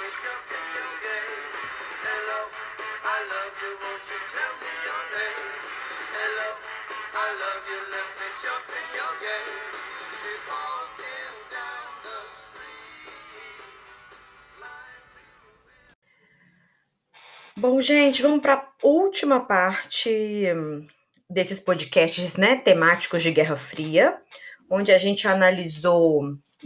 me jump in your game. Hello, I love you, won't you tell me your name? Hello, I love you, let me jump in your game. She's walking down the street. Bom, gente, vamos para a última parte desses podcasts, né, temáticos de Guerra Fria, onde a gente analisou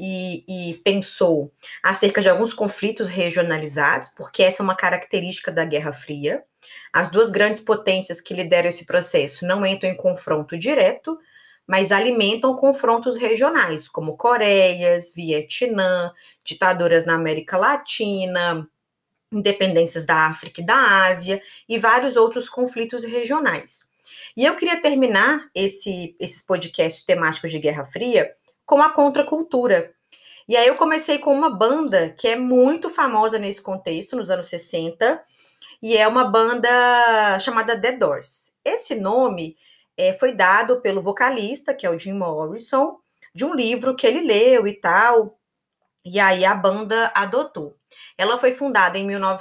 e pensou acerca de alguns conflitos regionalizados, porque essa é uma característica da Guerra Fria. As duas grandes potências que lideram esse processo não entram em confronto direto, mas alimentam confrontos regionais, como Coreias, Vietnã, ditaduras na América Latina, independências da África e da Ásia e vários outros conflitos regionais. E eu queria terminar esses podcasts temáticos de Guerra Fria com a contracultura. E aí eu comecei com uma banda que é muito famosa nesse contexto, nos anos 60, e é uma banda chamada The Doors. Esse nome foi dado pelo vocalista, que é o Jim Morrison, de um livro que ele leu e tal, e aí a banda adotou. Ela foi fundada em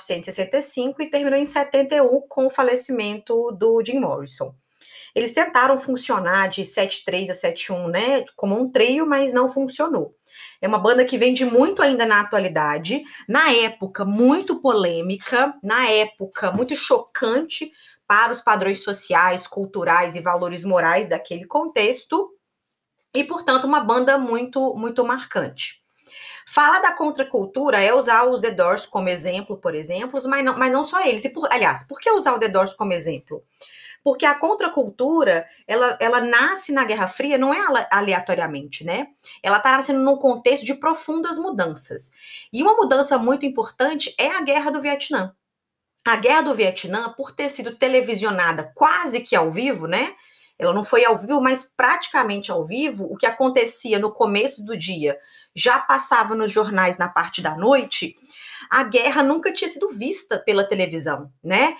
1965 e terminou em 71 com o falecimento do Jim Morrison. Eles tentaram funcionar de 73 a 71, né, como um trio, mas não funcionou. É uma banda que vende muito ainda na atualidade, na época muito polêmica, na época muito chocante para os padrões sociais, culturais e valores morais daquele contexto, e, portanto, uma banda muito, muito marcante. Falar da contracultura é usar os The Doors como exemplo, por exemplo, mas não só eles. Aliás, por que usar o The Doors como exemplo? Porque a contracultura, ela nasce na Guerra Fria, não é aleatoriamente, né? Ela está nascendo num contexto de profundas mudanças. E uma mudança muito importante é a Guerra do Vietnã. A Guerra do Vietnã, por ter sido televisionada quase que ao vivo, né? Ela não foi ao vivo, mas praticamente ao vivo. O que acontecia no começo do dia já passava nos jornais na parte da noite. A guerra nunca tinha sido vista pela televisão, né?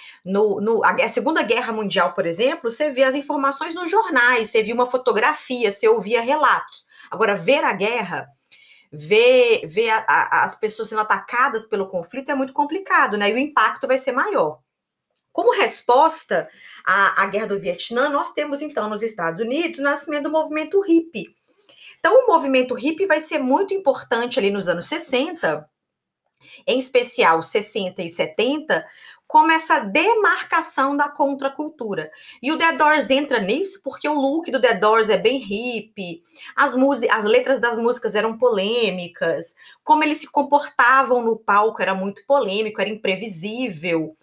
A Segunda Guerra Mundial, por exemplo, você vê as informações nos jornais, você via uma fotografia, você ouvia relatos. Agora, ver a guerra, ver as pessoas sendo atacadas pelo conflito é muito complicado, né? E o impacto vai ser maior. Como resposta à Guerra do Vietnã, nós temos, então, nos Estados Unidos, o nascimento do movimento hippie. Então, o movimento hippie vai ser muito importante ali nos anos 60, em especial 60 e 70, como essa demarcação da contracultura. E o The Doors entra nisso porque o look do The Doors é bem hippie, as letras das músicas eram polêmicas, como eles se comportavam no palco era muito polêmico, era imprevisível.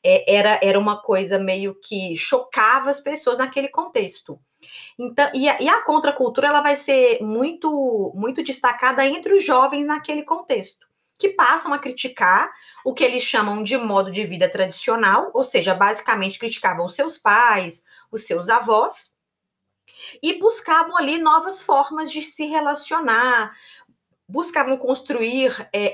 Era uma coisa meio que chocava as pessoas naquele contexto. Então, e a contracultura ela vai ser muito, muito destacada entre os jovens naquele contexto, que passam a criticar o que eles chamam de modo de vida tradicional, ou seja, basicamente criticavam os seus pais, os seus avós, e buscavam ali novas formas de se relacionar, buscavam construir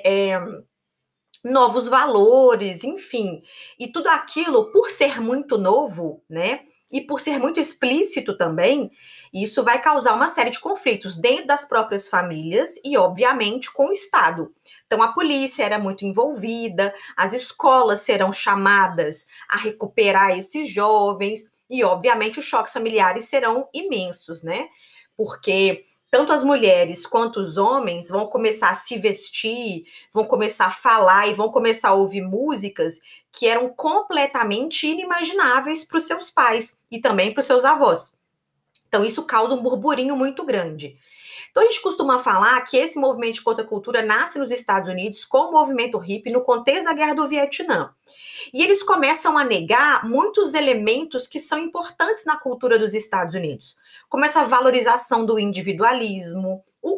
novos valores, enfim. E tudo aquilo, por ser muito novo, né? E por ser muito explícito também, isso vai causar uma série de conflitos dentro das próprias famílias e, obviamente, com o Estado. Então, a polícia era muito envolvida, as escolas serão chamadas a recuperar esses jovens e, obviamente, os choques familiares serão imensos, né? Porque tanto as mulheres quanto os homens vão começar a se vestir, vão começar a falar e vão começar a ouvir músicas que eram completamente inimagináveis para os seus pais e também para os seus avós. Então, isso causa um burburinho muito grande. Então, a gente costuma falar que esse movimento de contracultura nasce nos Estados Unidos com o movimento hippie no contexto da Guerra do Vietnã. E eles começam a negar muitos elementos que são importantes na cultura dos Estados Unidos, como essa valorização do individualismo, o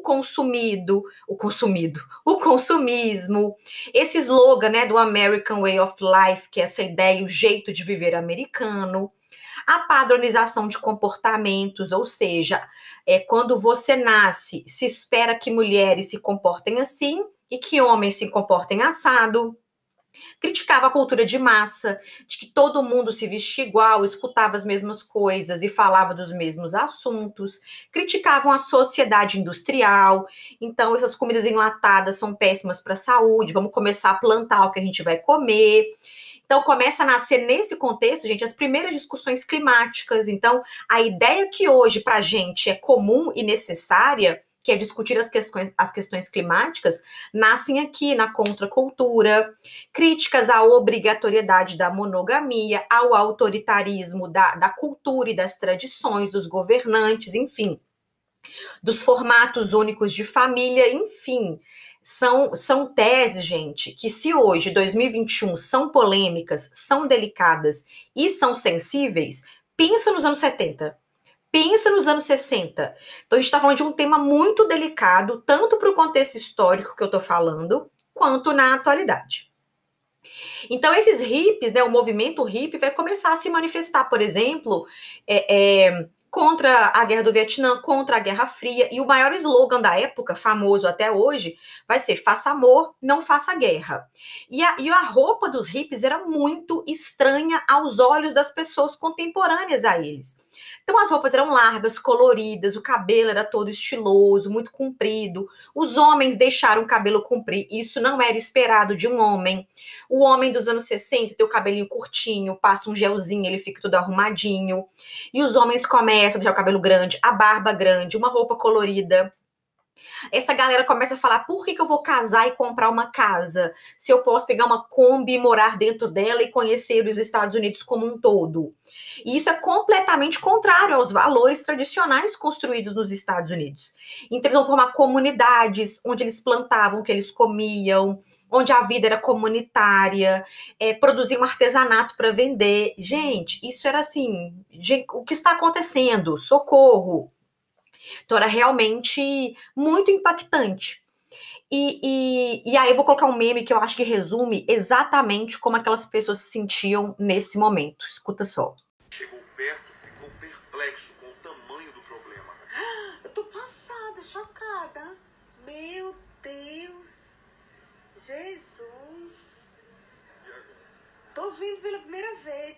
consumismo, esse slogan, né, do American Way of Life, que é essa ideia, o jeito de viver americano, a padronização de comportamentos, ou seja, quando você nasce, se espera que mulheres se comportem assim e que homens se comportem assado. Criticava a cultura de massa, de que todo mundo se vestia igual, escutava as mesmas coisas e falava dos mesmos assuntos. Criticavam a sociedade industrial. Então, essas comidas enlatadas são péssimas para a saúde. Vamos começar a plantar o que a gente vai comer. Então, começa a nascer nesse contexto, gente, as primeiras discussões climáticas. Então, a ideia que hoje para a gente é comum e necessária, que é discutir as questões climáticas, nascem aqui na contracultura. Críticas à obrigatoriedade da monogamia, ao autoritarismo da cultura e das tradições dos governantes, enfim, dos formatos únicos de família, enfim. São teses, gente, que se hoje, 2021, são polêmicas, são delicadas e são sensíveis, pensa nos anos 70. Pensa nos anos 60. Então, a gente está falando de um tema muito delicado, tanto para o contexto histórico que eu estou falando, quanto na atualidade. Então, esses hippies, né, o movimento hippie vai começar a se manifestar, por exemplo, contra a Guerra do Vietnã, contra a Guerra Fria, e o maior slogan da época, famoso até hoje, vai ser faça amor, não faça guerra. E a roupa dos hippies era muito estranha aos olhos das pessoas contemporâneas a eles. Então as roupas eram largas, coloridas, o cabelo era todo estiloso, muito comprido. Os homens deixaram o cabelo comprir, isso não era esperado de um homem. O homem dos anos 60 tem o cabelinho curtinho, passa um gelzinho, ele fica tudo arrumadinho. E os homens começam a deixar o cabelo grande, a barba grande, uma roupa colorida. Essa galera começa a falar, por que eu vou casar e comprar uma casa? Se eu posso pegar uma Kombi e morar dentro dela e conhecer os Estados Unidos como um todo. E isso é completamente contrário aos valores tradicionais construídos nos Estados Unidos. Então eles vão formar comunidades onde eles plantavam o que eles comiam, onde a vida era comunitária, produziam artesanato para vender. Gente, isso era assim, o que está acontecendo? Socorro! Então era realmente muito impactante. E aí eu vou colocar um meme que eu acho que resume exatamente como aquelas pessoas se sentiam nesse momento. Escuta só. Chegou perto, ficou perplexo com o tamanho do problema. Eu tô passada, chocada. Meu Deus. Jesus. Tô vindo pela primeira vez.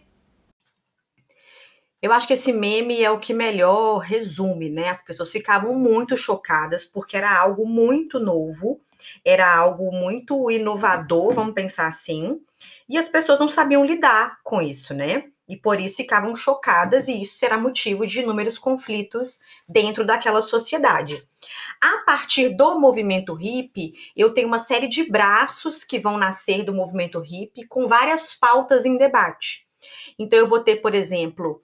Eu acho que esse meme é o que melhor resume, né? As pessoas ficavam muito chocadas porque era algo muito novo, era algo muito inovador, vamos pensar assim, e as pessoas não sabiam lidar com isso, né? E por isso ficavam chocadas, e isso será motivo de inúmeros conflitos dentro daquela sociedade. A partir do movimento hippie, eu tenho uma série de braços que vão nascer do movimento hippie com várias pautas em debate. Então, eu vou ter, por exemplo,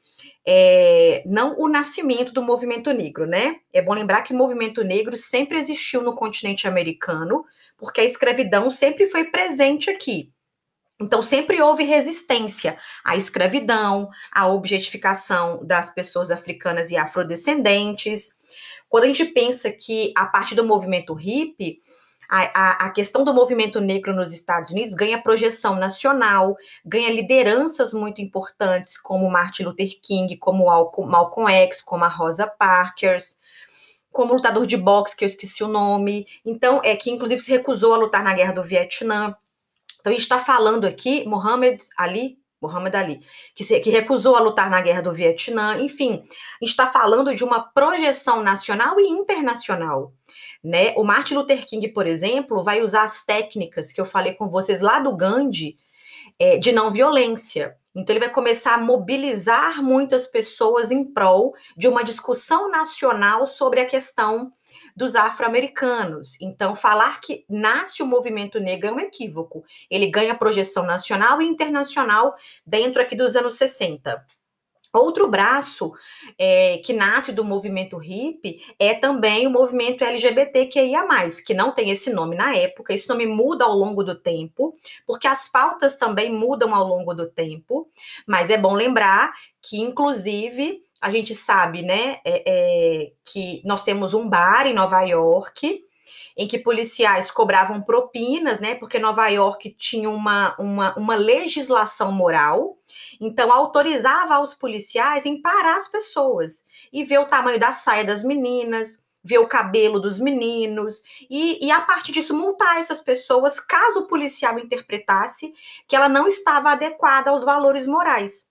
não o nascimento do movimento negro, né? É bom lembrar que o movimento negro sempre existiu no continente americano, porque a escravidão sempre foi presente aqui. Então, sempre houve resistência à escravidão, à objetificação das pessoas africanas e afrodescendentes. Quando a gente pensa que, a partir do movimento hippie, a questão do movimento negro nos Estados Unidos ganha projeção nacional, ganha lideranças muito importantes, como Martin Luther King, como Malcolm X, como a Rosa Parks, como o lutador de boxe, que eu esqueci o nome, então, que inclusive se recusou a lutar na Guerra do Vietnã. Então, a gente está falando aqui, Muhammad Ali, que recusou a lutar na Guerra do Vietnã, enfim, a gente está falando de uma projeção nacional e internacional, né? O Martin Luther King, por exemplo, vai usar as técnicas que eu falei com vocês lá do Gandhi, de não violência. Então, ele vai começar a mobilizar muitas pessoas em prol de uma discussão nacional sobre a questão dos afro-americanos. Então, falar que nasce o movimento negro é um equívoco. Ele ganha projeção nacional e internacional dentro aqui dos anos 60. Outro braço que nasce do movimento hippie é também o movimento LGBTQIA+, que não tem esse nome na época, esse nome muda ao longo do tempo, porque as pautas também mudam ao longo do tempo, mas é bom lembrar que, inclusive, a gente sabe, né, que nós temos um bar em Nova York, em que policiais cobravam propinas, né, porque Nova York tinha uma legislação moral, então autorizava aos policiais em parar as pessoas e ver o tamanho da saia das meninas, ver o cabelo dos meninos, e a partir disso multar essas pessoas caso o policial interpretasse que ela não estava adequada aos valores morais.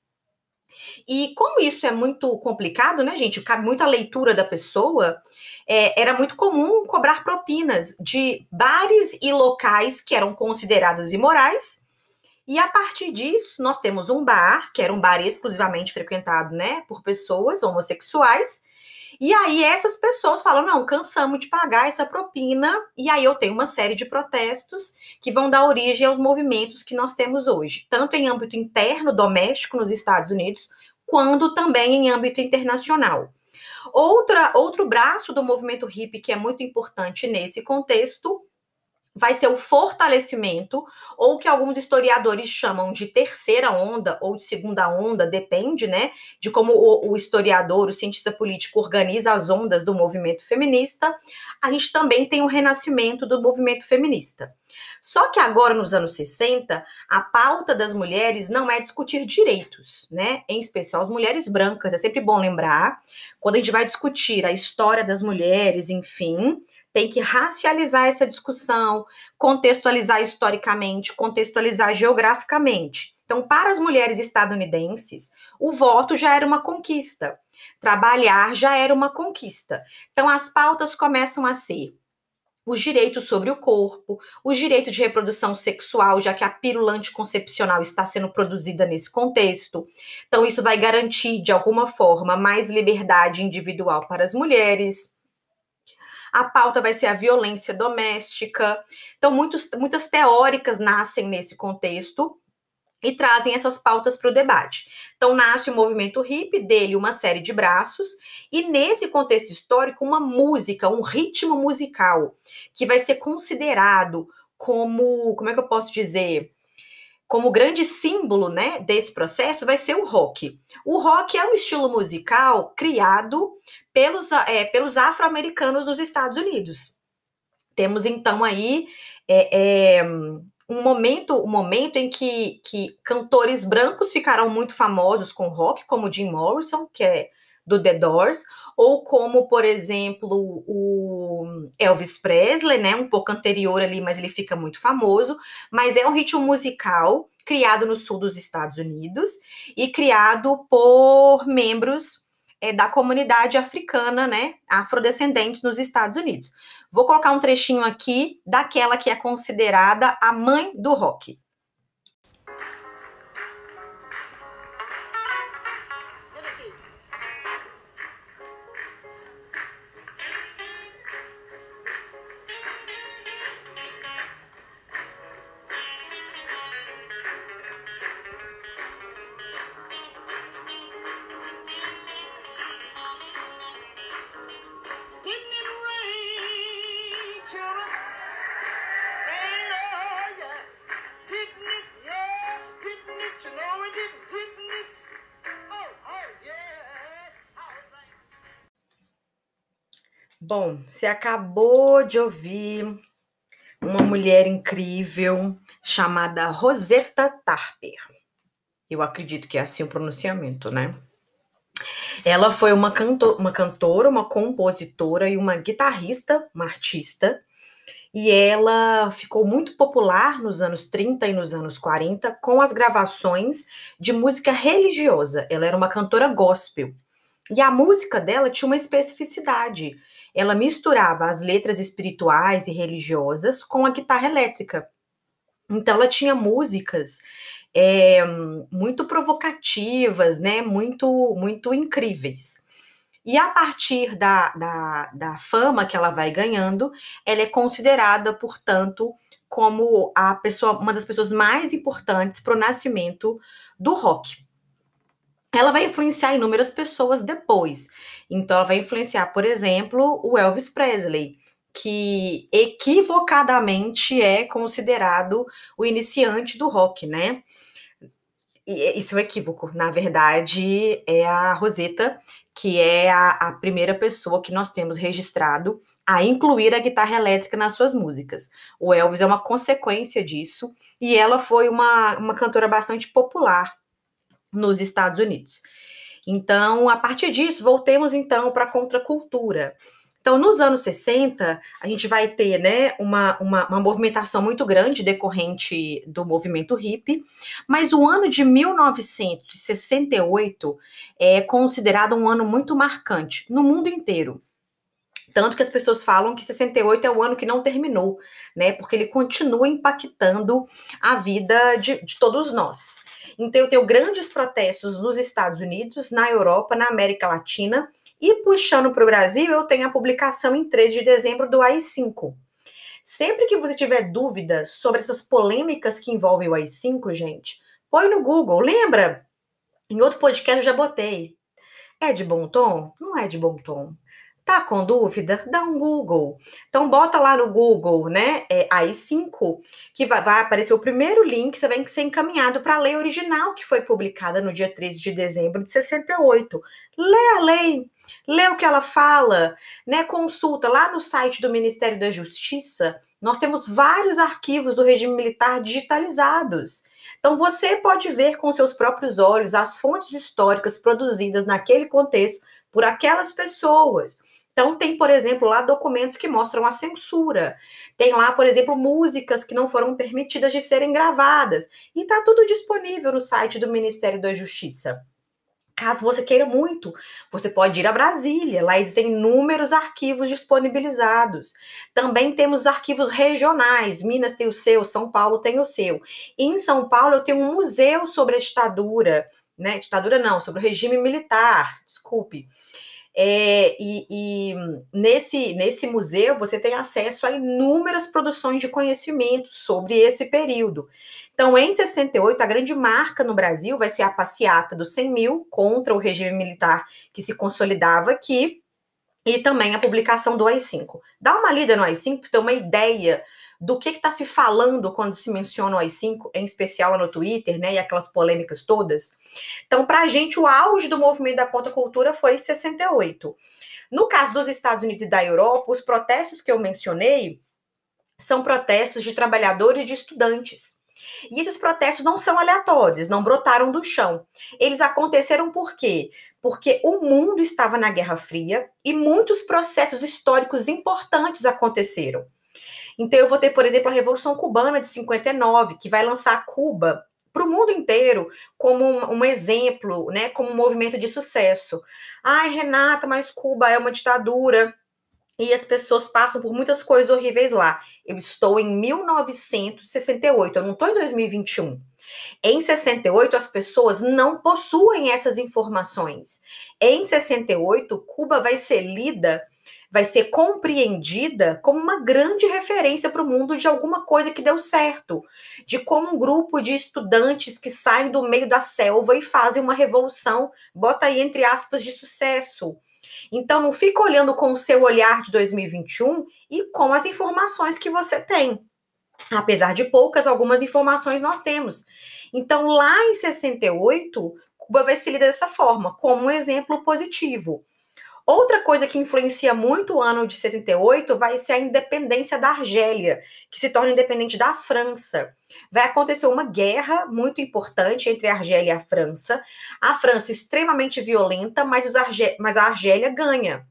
E como isso é muito complicado, né, gente? Cabe muito a leitura da pessoa. Era muito comum cobrar propinas de bares e locais que eram considerados imorais. E a partir disso, nós temos um bar, que era um bar exclusivamente frequentado, né, por pessoas homossexuais. E aí essas pessoas falam, não, cansamos de pagar essa propina, e aí eu tenho uma série de protestos que vão dar origem aos movimentos que nós temos hoje, tanto em âmbito interno, doméstico, nos Estados Unidos, quanto também em âmbito internacional. Outro braço do movimento hippie que é muito importante nesse contexto vai ser o fortalecimento, ou que alguns historiadores chamam de terceira onda ou de segunda onda, depende, né, de como o historiador, o cientista político organiza as ondas do movimento feminista. A gente também tem o renascimento do movimento feminista. Só que agora, nos anos 60, a pauta das mulheres não é discutir direitos, né, em especial as mulheres brancas. É sempre bom lembrar, quando a gente vai discutir a história das mulheres, enfim, tem que racializar essa discussão, contextualizar historicamente, contextualizar geograficamente. Então, para as mulheres estadunidenses, o voto já era uma conquista, trabalhar já era uma conquista. Então, as pautas começam a ser os direitos sobre o corpo, os direitos de reprodução sexual, já que a pílula anticoncepcional está sendo produzida nesse contexto. Então, isso vai garantir, de alguma forma, mais liberdade individual para as mulheres. A pauta vai ser a violência doméstica. Então, muitas teóricas nascem nesse contexto e trazem essas pautas para o debate. Então, nasce o movimento hippie, dele uma série de braços, e nesse contexto histórico, uma música, um ritmo musical, que vai ser considerado como é que eu posso dizer, como grande símbolo, né, desse processo, vai ser o rock. O rock é um estilo musical criado pelos afro-americanos dos Estados Unidos. Temos, então, aí um momento em que cantores brancos ficaram muito famosos com rock, como Jim Morrison, que é do The Doors, ou como, por exemplo, o Elvis Presley, né, um pouco anterior ali, mas ele fica muito famoso, mas é um ritmo musical criado no sul dos Estados Unidos e criado por membros da comunidade africana, né, afrodescendentes nos Estados Unidos. Vou colocar um trechinho aqui daquela que é considerada a mãe do rock. Bom, você acabou de ouvir uma mulher incrível chamada Rosetta Tarper. Eu acredito que é assim o pronunciamento, né? Ela foi uma cantora, uma compositora e uma guitarrista, uma artista, e ela ficou muito popular nos anos 30 e nos anos 40 com as gravações de música religiosa. Ela era uma cantora gospel. E a música dela tinha uma especificidade. Ela misturava as letras espirituais e religiosas com a guitarra elétrica. Então, ela tinha músicas muito provocativas, né? Muito incríveis. E a partir da fama que ela vai ganhando, ela é considerada, portanto, como uma das pessoas mais importantes para o nascimento do rock. Ela vai influenciar inúmeras pessoas depois. Então, ela vai influenciar, por exemplo, o Elvis Presley, que equivocadamente é considerado o iniciante do rock, né? E isso é um equívoco. Na verdade, é a Rosetta, que é a primeira pessoa que nós temos registrado a incluir a guitarra elétrica nas suas músicas. O Elvis é uma consequência disso, e ela foi uma cantora bastante popular nos Estados Unidos. Então, a partir disso, voltemos então para a contracultura. Então, nos anos 60, a gente vai ter, né, uma movimentação muito grande decorrente do movimento hippie, mas o ano de 1968 é considerado um ano muito marcante no mundo inteiro. Tanto que as pessoas falam que 68 é o ano que não terminou, né? Porque ele continua impactando a vida de todos nós. Então, eu tenho grandes protestos nos Estados Unidos, na Europa, na América Latina, e puxando para o Brasil, eu tenho a publicação em 3 de dezembro do AI-5. Sempre que você tiver dúvidas sobre essas polêmicas que envolvem o AI-5, gente, põe no Google. Lembra? Em outro podcast eu já botei. É de bom tom? Não é de bom tom. Tá com dúvida? Dá um Google. Então, bota lá no Google, né, AI-5, que vai aparecer o primeiro link, você vai ser encaminhado para a lei original, que foi publicada no dia 13 de dezembro de 68. Lê a lei, lê o que ela fala, né, consulta lá no site do Ministério da Justiça, nós temos vários arquivos do regime militar digitalizados. Então, você pode ver com seus próprios olhos as fontes históricas produzidas naquele contexto por aquelas pessoas. Então, tem, por exemplo, lá documentos que mostram a censura. Tem lá, por exemplo, músicas que não foram permitidas de serem gravadas. E está tudo disponível no site do Ministério da Justiça. Caso você queira muito, você pode ir a Brasília, lá existem inúmeros arquivos disponibilizados. Também temos arquivos regionais, Minas tem o seu, São Paulo tem o seu. E em São Paulo eu tenho um museu sobre a ditadura, né? Ditadura não, sobre o regime militar, desculpe. Nesse museu você tem acesso a inúmeras produções de conhecimento sobre esse período. Então, em 68, a grande marca no Brasil vai ser a passeata dos 100 mil contra o regime militar que se consolidava aqui, e também a publicação do AI-5. Dá uma lida no AI-5 para você ter uma ideia do que está se falando quando se menciona o AI-5, em especial no Twitter, né, e aquelas polêmicas todas. Então, para a gente, o auge do movimento da contracultura foi em 68. No caso dos Estados Unidos e da Europa, os protestos que eu mencionei são protestos de trabalhadores e de estudantes. E esses protestos não são aleatórios, não brotaram do chão. Eles aconteceram por quê? Porque o mundo estava na Guerra Fria e muitos processos históricos importantes aconteceram. Então, eu vou ter, por exemplo, a Revolução Cubana de 59, que vai lançar Cuba para o mundo inteiro como um exemplo, né, como um movimento de sucesso. Ai, Renata, mas Cuba é uma ditadura e as pessoas passam por muitas coisas horríveis lá. Eu estou em 1968, eu não estou em 2021. Em 68, as pessoas não possuem essas informações. Em 68, Cuba vai ser lida, vai ser compreendida como uma grande referência para o mundo de alguma coisa que deu certo, de como um grupo de estudantes que saem do meio da selva e fazem uma revolução, bota aí entre aspas, de sucesso. Então, não fica olhando com o seu olhar de 2021 e com as informações que você tem. Apesar de poucas, algumas informações nós temos. Então, lá em 68, Cuba vai ser lida dessa forma, como um exemplo positivo. Outra coisa que influencia muito o ano de 68 vai ser a independência da Argélia, que se torna independente da França. Vai acontecer uma guerra muito importante entre a Argélia e a França. A França extremamente violenta, mas a Argélia ganha.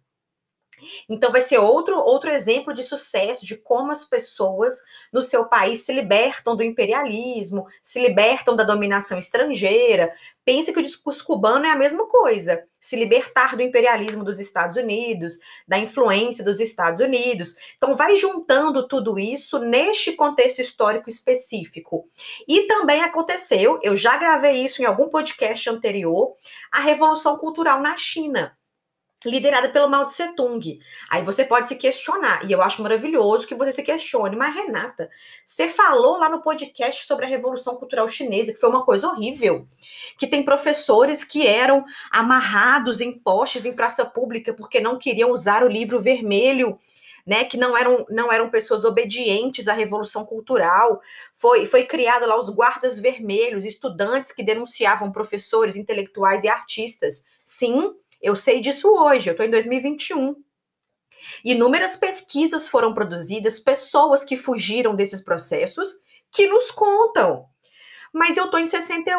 Então, vai ser outro exemplo de sucesso, de como as pessoas no seu país se libertam do imperialismo, se libertam da dominação estrangeira. Pense que o discurso cubano é a mesma coisa, se libertar do imperialismo dos Estados Unidos, da influência dos Estados Unidos. Então, vai juntando tudo isso neste contexto histórico específico. E também aconteceu, eu já gravei isso em algum podcast anterior, a Revolução Cultural na China, liderada pelo Mao Tse Tung. Aí você pode se questionar, e eu acho maravilhoso que você se questione, mas Renata, você falou lá no podcast sobre a Revolução Cultural Chinesa, que foi uma coisa horrível, que tem professores que eram amarrados em postes em praça pública porque não queriam usar o livro vermelho, né, que não eram pessoas obedientes à Revolução Cultural. Foi criado lá os guardas vermelhos, estudantes que denunciavam professores, intelectuais e artistas. Sim, eu sei disso hoje, eu estou em 2021. Inúmeras pesquisas foram produzidas, pessoas que fugiram desses processos, que nos contam. Mas eu estou em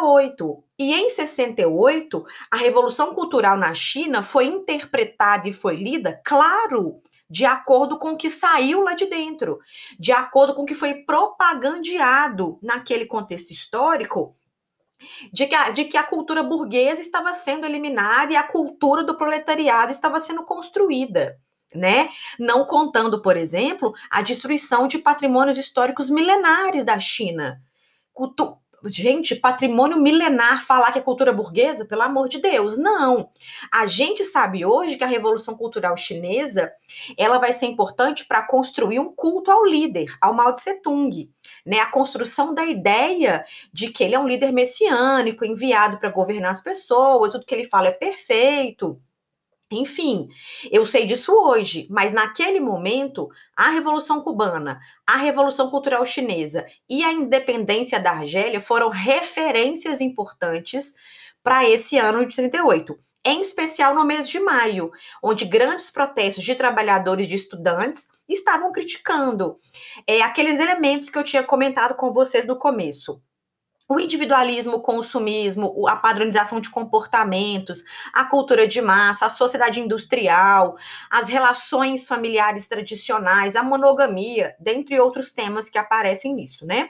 68. E em 68, a Revolução Cultural na China foi interpretada e foi lida, claro, de acordo com o que saiu lá de dentro, de acordo com o que foi propagandeado naquele contexto histórico, de que a cultura burguesa estava sendo eliminada e a cultura do proletariado estava sendo construída, né? Não contando, por exemplo, a destruição de patrimônios históricos milenares da China. Gente, patrimônio milenar, falar que é cultura burguesa, pelo amor de Deus, não. A gente sabe hoje que a Revolução Cultural Chinesa, ela vai ser importante para construir um culto ao líder, ao Mao Tse Tung, né? A construção da ideia de que ele é um líder messiânico, enviado para governar as pessoas, tudo que ele fala é perfeito. Enfim, eu sei disso hoje, mas naquele momento, a Revolução Cubana, a Revolução Cultural Chinesa e a independência da Argélia foram referências importantes para esse ano de 68, em especial no mês de maio, onde grandes protestos de trabalhadores, de estudantes, estavam criticando aqueles elementos que eu tinha comentado com vocês no começo. O individualismo, o consumismo, a padronização de comportamentos, a cultura de massa, a sociedade industrial, as relações familiares tradicionais, a monogamia, dentre outros temas que aparecem nisso, né?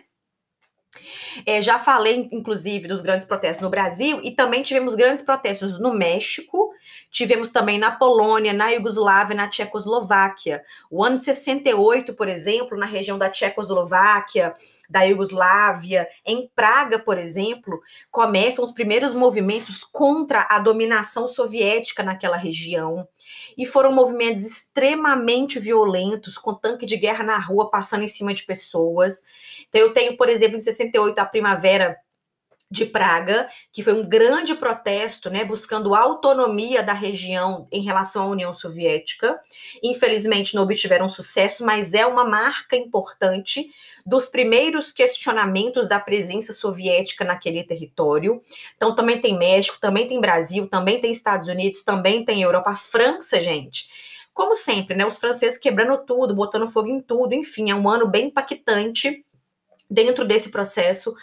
Já falei, inclusive, dos grandes protestos no Brasil e também tivemos grandes protestos no México, tivemos também na Polônia, na Iugoslávia, na Tchecoslováquia. O ano de 68, por exemplo, na região da Tchecoslováquia, da Iugoslávia, em Praga, por exemplo, começam os primeiros movimentos contra a dominação soviética naquela região. E foram movimentos extremamente violentos, com tanque de guerra na rua, passando em cima de pessoas. Então, eu tenho, por exemplo, em 68, a Primavera de Praga, que foi um grande protesto, né, buscando autonomia da região em relação à União Soviética. Infelizmente, não obtiveram sucesso, mas é uma marca importante dos primeiros questionamentos da presença soviética naquele território. Então, também tem México, também tem Brasil, também tem Estados Unidos, também tem Europa. A França, gente, como sempre, né, os franceses quebrando tudo, botando fogo em tudo, enfim, é um ano bem impactante dentro desse processo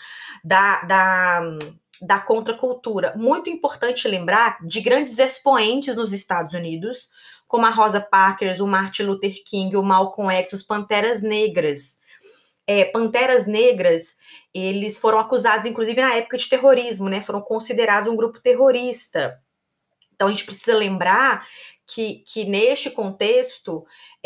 da contracultura. Muito importante lembrar de grandes expoentes nos Estados Unidos, como a Rosa Parks, o Martin Luther King, o Malcolm X, os Panteras Negras. Panteras Negras, eles foram acusados, inclusive, na época de terrorismo, né? Foram considerados um grupo terrorista. Então, a gente precisa lembrar que neste contexto,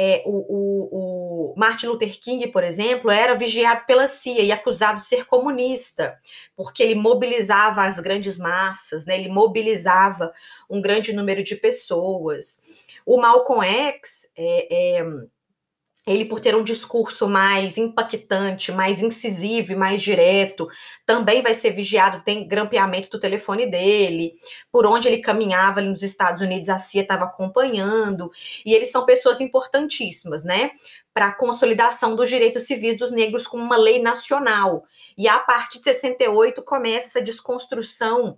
o Martin Luther King, por exemplo, era vigiado pela CIA e acusado de ser comunista, porque ele mobilizava as grandes massas, né? Ele mobilizava um grande número de pessoas. O Malcolm X, ele, por ter um discurso mais impactante, mais incisivo e mais direto, também vai ser vigiado, tem grampeamento do telefone dele, por onde ele caminhava ali nos Estados Unidos, a CIA estava acompanhando, e eles são pessoas importantíssimas, né, para a consolidação dos direitos civis dos negros como uma lei nacional. E a partir de 68 começa essa desconstrução,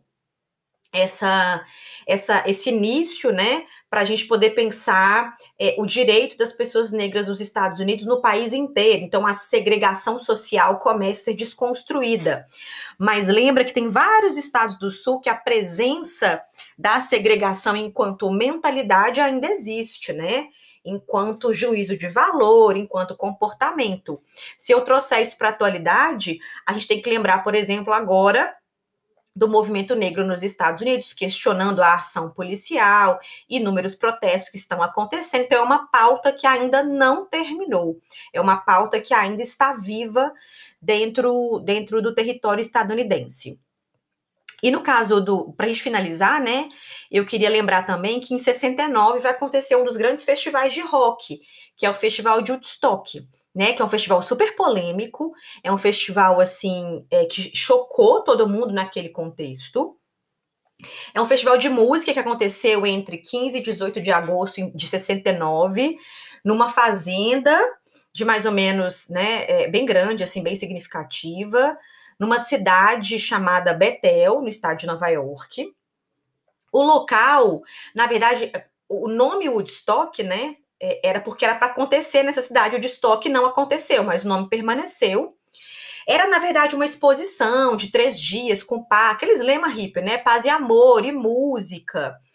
esse início, né, para a gente poder pensar o direito das pessoas negras nos Estados Unidos, no país inteiro. Então, a segregação social começa a ser desconstruída. Mas lembra que tem vários estados do Sul que a presença da segregação enquanto mentalidade ainda existe, né? Enquanto juízo de valor, enquanto comportamento. Se eu trouxer isso para a atualidade, a gente tem que lembrar, por exemplo, agora, do movimento negro nos Estados Unidos, questionando a ação policial, inúmeros protestos que estão acontecendo. Então, é uma pauta que ainda não terminou. É uma pauta que ainda está viva dentro do território estadunidense. E no caso para a gente finalizar, né, eu queria lembrar também que em 69 vai acontecer um dos grandes festivais de rock, que é o Festival de Woodstock, né, que é um festival super polêmico, é um festival, assim, que chocou todo mundo naquele contexto. É um festival de música que aconteceu entre 15 e 18 de agosto de 69, numa fazenda de mais ou menos, né, bem grande, assim, bem significativa, numa cidade chamada Bethel, no estado de Nova York. O local, na verdade, o nome Woodstock, né, era porque era para acontecer nessa cidade. O Woodstock não aconteceu, mas o nome permaneceu. Era, na verdade, uma exposição de 3 dias com aqueles lema hippie, né, paz e amor e música.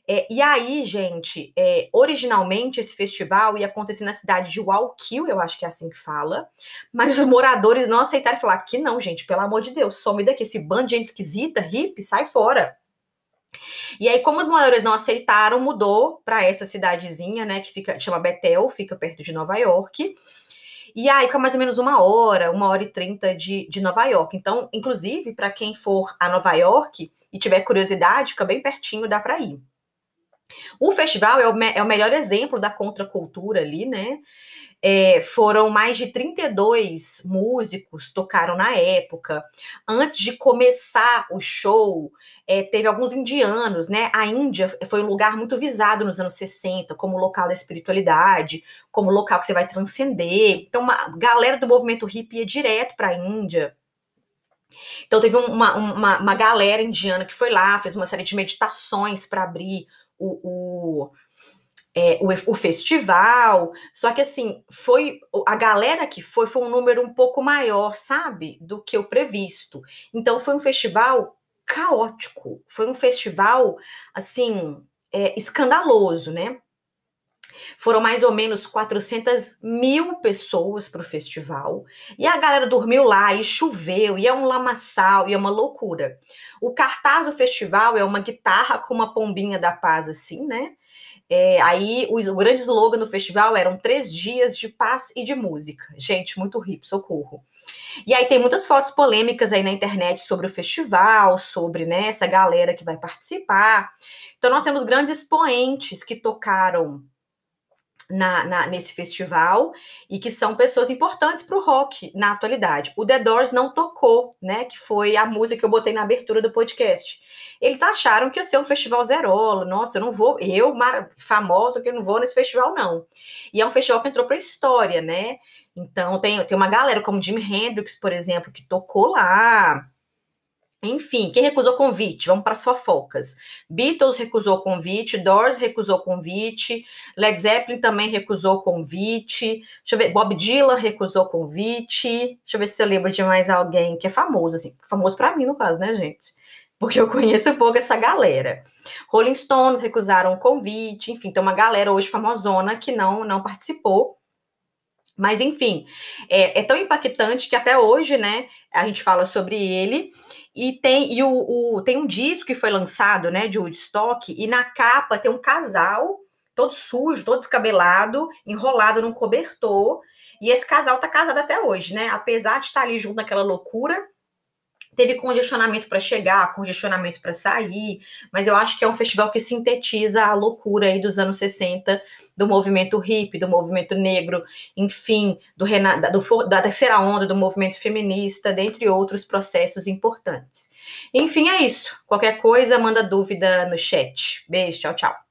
E aí, gente, originalmente esse festival ia acontecer na cidade de Wallkill, eu acho que é assim que fala, mas os moradores não aceitaram e falaram que não, gente, pelo amor de Deus, some daqui, esse bando de gente esquisita, hippie, sai fora. E aí, como os moradores não aceitaram, mudou para essa cidadezinha, né, que chama Bethel, fica perto de Nova York. E aí fica mais ou menos 1 hora e 30 de Nova York. Então, inclusive, para quem for a Nova York e tiver curiosidade, fica bem pertinho, dá para ir. O festival é o melhor exemplo da contracultura ali, né? Foram mais de 32 músicos tocaram na época. Antes de começar o show, teve alguns indianos, né? A Índia foi um lugar muito visado nos anos 60, como local da espiritualidade, como local que você vai transcender. Então, uma galera do movimento hippie ia direto para a Índia. Então, teve uma galera indiana que foi lá, fez uma série de meditações para abrir o festival, só que assim, a galera que foi um número um pouco maior, sabe, do que o previsto. Então foi um festival caótico, foi um festival, assim, escandaloso, né? Foram mais ou menos 400 mil pessoas para o festival, e a galera dormiu lá, e choveu, e é um lamaçal, e é uma loucura. O cartaz do festival é uma guitarra com uma pombinha da paz, assim, né? Aí o grande slogan do festival eram 3 dias de paz e de música. Gente, muito hippie, socorro. E aí tem muitas fotos polêmicas aí na internet sobre o festival, sobre, né, essa galera que vai participar. Então nós temos grandes expoentes que tocaram nesse festival e que são pessoas importantes para o rock na atualidade. O The Doors não tocou, né? Que foi a música que eu botei na abertura do podcast. Eles acharam que ia ser um festival zerolo. Nossa, eu não vou, famosa, que eu não vou nesse festival, não. E é um festival que entrou para a história, né? Então tem uma galera como Jimi Hendrix, por exemplo, que tocou lá. Enfim, quem recusou convite? Vamos para as fofocas. Beatles recusou convite, Doors recusou convite, Led Zeppelin também recusou convite, deixa eu ver, Bob Dylan recusou convite, deixa eu ver se eu lembro de mais alguém que é famoso, assim, famoso para mim no caso, né, gente? Porque eu conheço um pouco essa galera. Rolling Stones recusaram o convite, enfim, tem uma galera hoje famosona que não participou. Mas, enfim, é tão impactante que até hoje, né, a gente fala sobre ele, e tem um disco que foi lançado, né, de Woodstock, e na capa tem um casal, todo sujo, todo descabelado, enrolado num cobertor, e esse casal tá casado até hoje, né, apesar de estar ali junto naquela loucura, teve congestionamento para chegar, congestionamento para sair, mas eu acho que é um festival que sintetiza a loucura aí dos anos 60, do movimento hippie, do movimento negro, enfim, da terceira onda, do movimento feminista, dentre outros processos importantes. Enfim, é isso. Qualquer coisa, manda dúvida no chat. Beijo, tchau, tchau.